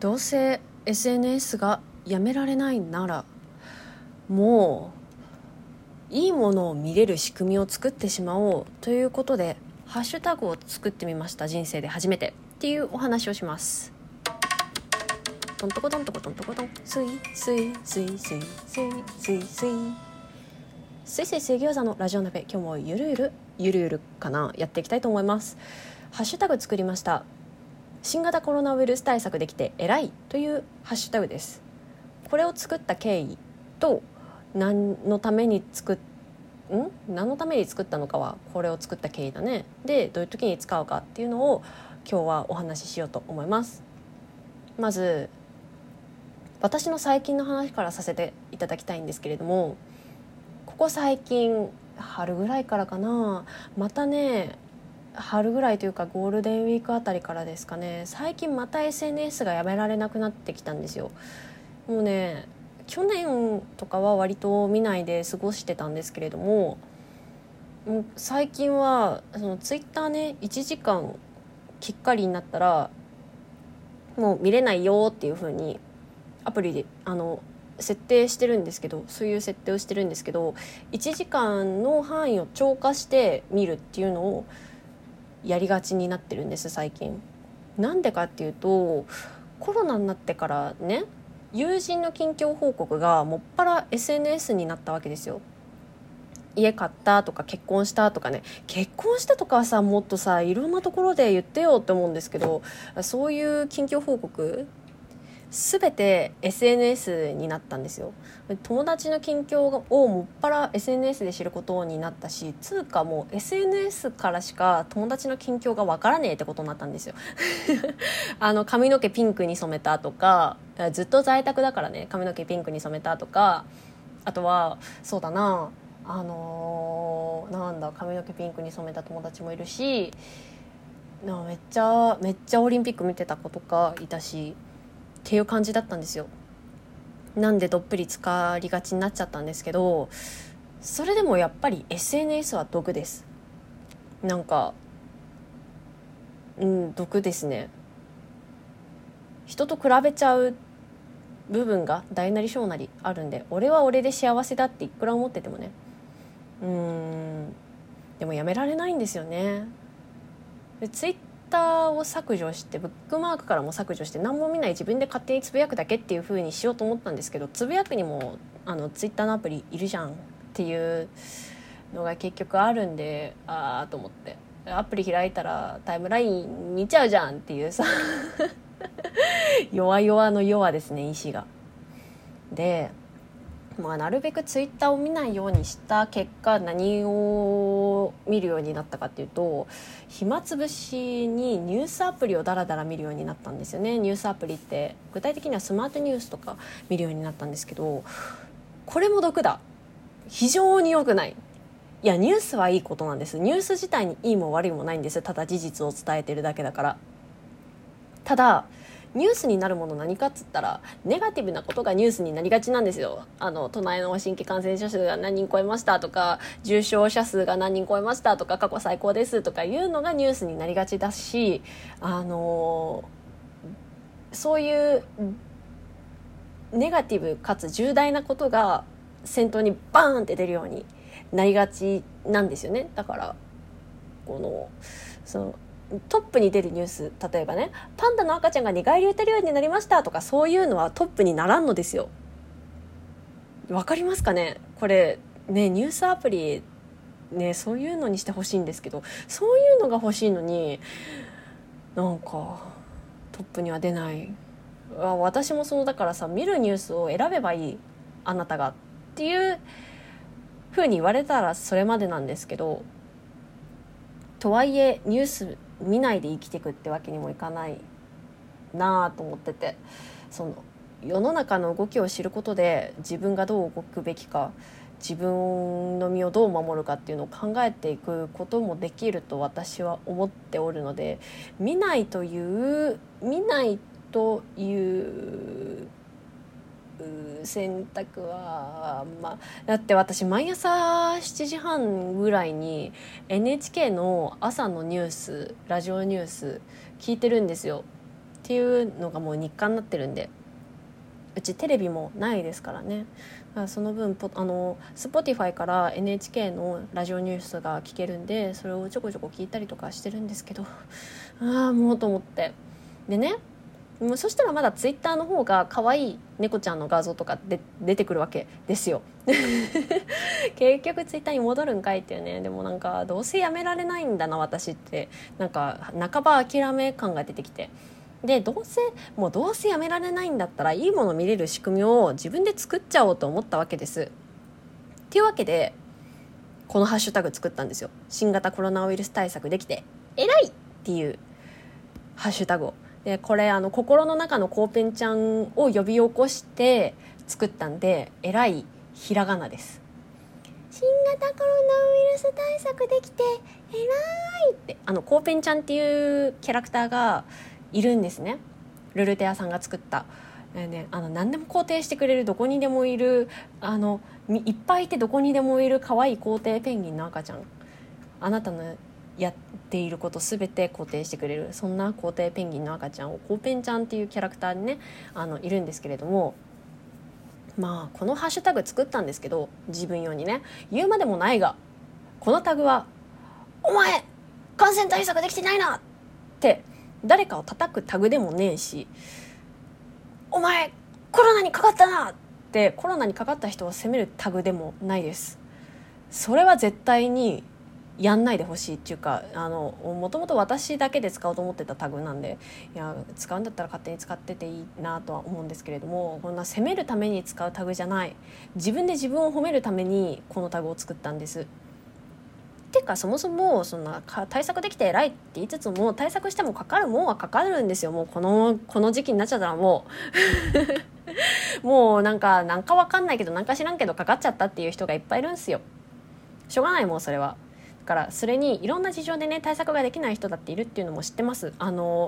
どうせ SNS がやめられないならもういいものを見れる仕組みを作ってしまおうということでハッシュタグを作ってみました。人生で初めてっていうお話をします。トントコトントコトントコトンスイスイスイスイスイスイスイスイスイ水餃子のラジオ鍋、今日もゆるゆるかなやっていきたいと思います。ハッシュタグ作りました。新型コロナウイルス対策できて偉いというハッシュタグです。これを作った経緯と何のために作ったのかはこれを作った経緯だね。でどういう時に使うかっていうのを今日はお話ししようと思います。まず私の最近の話からさせていただきたいんですけれども、ここ最近春ぐらいからかな、またね春ぐらいというかゴールデンウィークあたりからですかね、最近また SNS がやめられなくなってきたんですよ。もうね去年とかは割と見ないで過ごしてたんですけれども、最近はそのツイッターね1時間きっかりになったらもう見れないよっていう風にアプリで設定してるんですけど、そういう設定をしてるんですけど、1時間の範囲を超過して見るっていうのをやりがちになってるんです最近。なんでかっていうと、コロナになってからね、友人の近況報告がもっぱら SNS になったわけですよ。家買ったとか結婚したとかね、結婚したとかはさもっとさいろんなところで言ってよって思うんですけど、そういう近況報告全て SNS になったんですよ。友達の近況をもっぱら SNS で知ることになったし、つうかもう SNS からしか友達の近況がわからねえってことになったんですよ髪の毛ピンクに染めたとか、ずっと在宅だからね髪の毛ピンクに染めたとか、あとはそうだななんだ髪の毛ピンクに染めた友達もいるし、めっちゃオリンピック見てた子とかいたしっていう感じだったんですよ。なんでどっぷり浸かりがちになっちゃったんですけど、それでもやっぱり SNS は毒です。なんか毒ですね。人と比べちゃう部分が大なり小なりあるんで、俺は俺で幸せだっていくら思っててもね、でもやめられないんですよね。でツイッターを削除してブックマークからも削除して何も見ない自分で勝手につぶやくだけっていう風にしようと思ったんですけど、つぶやくにもツイッターのアプリいるじゃんっていうのが結局あるんで、と思ってアプリ開いたらタイムライン見ちゃうじゃんっていうさ弱々の弱ですね、意志が。でなるべくツイッターを見ないようにした結果、何を見るようになったかっていうと、暇つぶしにニュースアプリをダラダラ見るようになったんですよね。ニュースアプリって具体的にはスマートニュースとか見るようになったんですけど、これも毒だ。非常に良くない。いやニュースはいいことなんです。ニュース自体にいいも悪いもないんです。ただ事実を伝えてるだけだから。ただニュースになるもの何かっつったらネガティブなことがニュースになりがちなんですよ。都内の新規感染者数が何人超えましたとか、重症者数が何人超えましたとか、過去最高ですとかいうのがニュースになりがちだし、そういうネガティブかつ重大なことが先頭にバーンって出るようになりがちなんですよね。だからそのトップに出るニュース、例えばねパンダの赤ちゃんが寝返り打てるようになりましたとか、そういうのはトップにならんのですよ。わかりますかねこれね。ニュースアプリね、そういうのにしてほしいんですけど、そういうのが欲しいのになんかトップには出ない。私もだからさ、見るニュースを選べばいいあなたがっていう風に言われたらそれまでなんですけど、とはいえニュース見ないで生きていくってわけにもいかないなと思ってて、世の中の動きを知ることで自分がどう動くべきか、自分の身をどう守るかっていうのを考えていくこともできると私は思っておるので、見ないという選択はだって私毎朝7時半ぐらいに NHK の朝のニュース、ラジオニュース聞いてるんですよ。っっていうのがもう日課になってるんで、うちテレビもないですからね。だからその分Spotify から NHK のラジオニュースが聞けるんで、それをちょこちょこ聞いたりとかしてるんですけど、もうと思ってでね、そしたらまだツイッターの方が可愛い猫ちゃんの画像とかで出てくるわけですよ結局ツイッターに戻るんかいっていうね。でもなんかどうせやめられないんだな私って、なんか半ば諦め感が出てきて、でどうせやめられないんだったらいいもの見れる仕組みを自分で作っちゃおうと思ったわけです。っていうわけでこのハッシュタグ作ったんですよ。新型コロナウイルス対策できて偉いっていうハッシュタグを。でこれ心の中のコーペンちゃんを呼び起こして作ったんで、偉いひらがなです。新型コロナウイルス対策できて偉いってコーペンちゃんっていうキャラクターがいるんですね。ルルテアさんが作った、何でも肯定してくれる、どこにでもいるいっぱいいてどこにでもいる可愛い皇帝ペンギンの赤ちゃん、あなたのやっていることすべて肯定してくれる、そんな皇帝ペンギンの赤ちゃんをコーペンちゃんっていうキャラクターにねいるんですけれども、このハッシュタグ作ったんですけど、自分用にね、言うまでもないがこのタグはお前感染対策できてないなって誰かを叩くタグでもねえし、お前コロナにかかったなってコロナにかかった人を責めるタグでもないです。それは絶対にやんないでほしいっていうか、もともと私だけで使おうと思ってたタグなんで、いや使うんだったら勝手に使ってていいなとは思うんですけれども、こんな責めるために使うタグじゃない、自分で自分を褒めるためにこのタグを作ったんです。てかそもそもそんな対策できて偉いって言いつつも、対策してもかかるもんはかかるんですよ。もうこの時期になっちゃったらもうもうなんかわかんないけどなんか知らんけどかかっちゃったっていう人がいっぱいいるんですよ。しょうがない、もうそれは。だからそれにいろんな事情でね対策ができない人だっているっていうのも知ってます。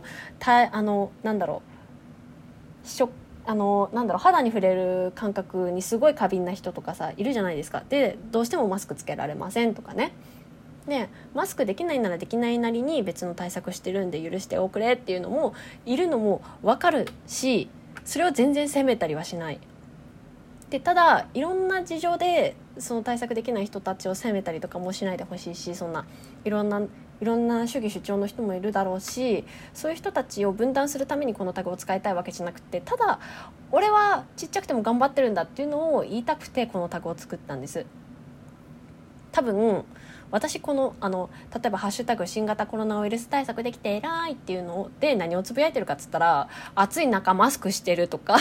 肌に触れる感覚にすごい過敏な人とかさいるじゃないですか。でどうしてもマスクつけられませんとかね。でマスクできないならできないなりに別の対策してるんで許しておくれっていうのもいるのも分かるし、それを全然責めたりはしない。でただいろんな事情でその対策できない人たちを責めたりとかもしないでほしいし、そんないろんな主義主張の人もいるだろうし、そういう人たちを分断するためにこのタグを使いたいわけじゃなくて、ただ俺はちっちゃくても頑張ってるんだっていうのを言いたくてこのタグを作ったんです。多分私例えばハッシュタグ新型コロナウイルス対策できて偉いっていうので何をつぶやいてるかっつったら、暑い中マスクしてるとか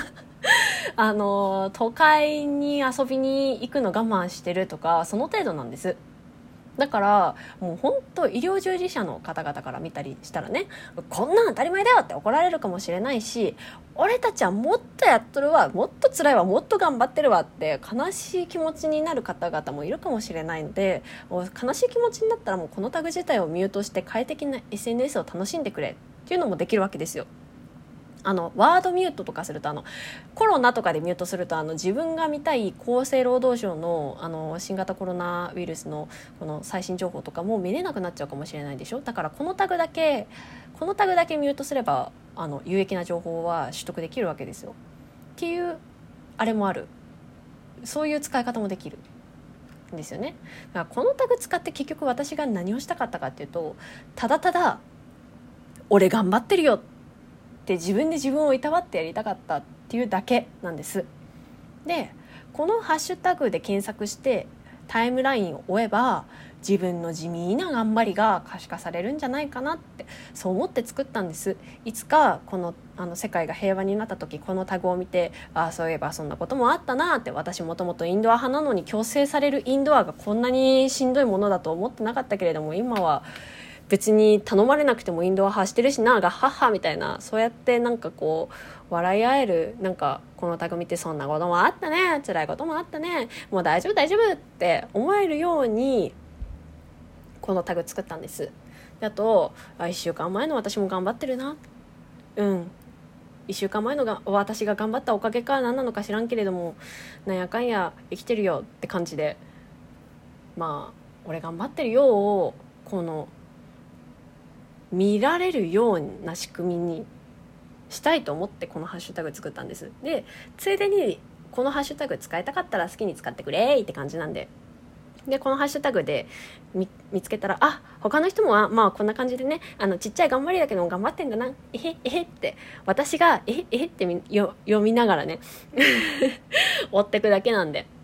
都会に遊びに行くの我慢してるとか、その程度なんです。だからもう本当医療従事者の方々から見たりしたらね、こんなん当たり前だよって怒られるかもしれないし、俺たちはもっとやっとるわ、もっと辛いわ、もっと頑張ってるわって悲しい気持ちになる方々もいるかもしれないので、悲しい気持ちになったらもうこのタグ自体をミュートして快適な SNS を楽しんでくれっていうのもできるわけですよ。ワードミュートとかするとコロナとかでミュートすると自分が見たい厚生労働省の新型コロナウイルスのこの最新情報とかも見れなくなっちゃうかもしれないでしょ。だからこのタグだけミュートすれば有益な情報は取得できるわけですよっていうあれもある。そういう使い方もできるんですよね。だからこのタグ使って結局私が何をしたかったかっていうと、ただただ俺頑張ってるよって自分で自分をいたわってやりたかったっていうだけなんです。でこのハッシュタグで検索してタイムラインを追えば自分の地味な頑張りが可視化されるんじゃないかなって、そう思って作ったんです。いつかこの世界が平和になった時このタグを見て、そういえばそんなこともあったなって、私もともとインドア派なのに強制されるインドアがこんなにしんどいものだと思ってなかったけれども、今は別に頼まれなくてもインドア派してるしな、ガッハッハみたいな、そうやってなんかこう笑い合える、なんかこのタグ見てそんなこともあったね、辛いこともあったね、もう大丈夫大丈夫って思えるようにこのタグ作ったんです。であと1週間前の私も頑張ってるな、1週間前の私が頑張ったおかげか何なのか知らんけれども、なんやかんや生きてるよって感じで、俺頑張ってるよをこの見られるような仕組みにしたいと思ってこのハッシュタグ作ったんです。でついでにこのハッシュタグ使いたかったら好きに使ってくれって感じなんで、このハッシュタグで 見つけたら、他の人もまあこんな感じでね、ちっちゃい頑張りだけど頑張ってんだな、えへえへって私がえへって読みながらね追ってくだけなんで、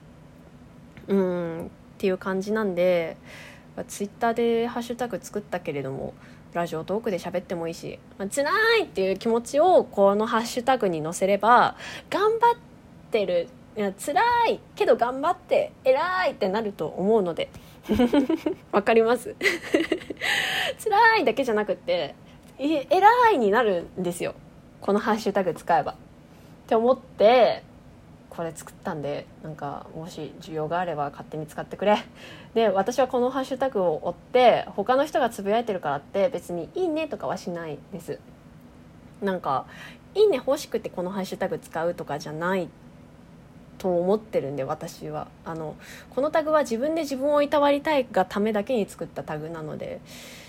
っていう感じなんで、ツイッターでハッシュタグ作ったけれどもラジオトークで喋ってもいいし、辛いっていう気持ちをこのハッシュタグに載せれば、頑張ってる、いや辛いけど頑張って偉いってなると思うのでわかります辛いだけじゃなくて偉いになるんですよ、このハッシュタグ使えばって思ってこれ作ったんで、なんかもし需要があれば勝手に使ってくれ。で私はこのハッシュタグを追って他の人がつぶやいてるからって別にいいねとかはしないです。なんかいいね欲しくてこのハッシュタグ使うとかじゃないと思ってるんで、私はこのタグは自分で自分をいたわりたいがためだけに作ったタグなので、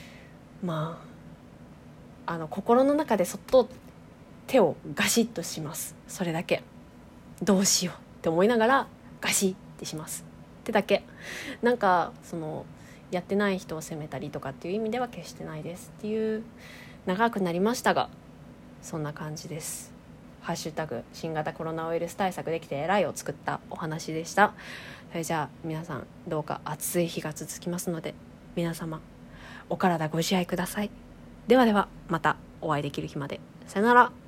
心の中でそっと手をガシッとします。それだけ。どうしようって思いながらガシッてしますってだけ。なんかやってない人を責めたりとかっていう意味では決してないですっていう、長くなりましたがそんな感じです。ハッシュタグ新型コロナウイルス対策できて偉いを作ったお話でした。それじゃあ皆さんどうか暑い日が続きますので皆様お体ご自愛ください。ではではまたお会いできる日まで。さよなら。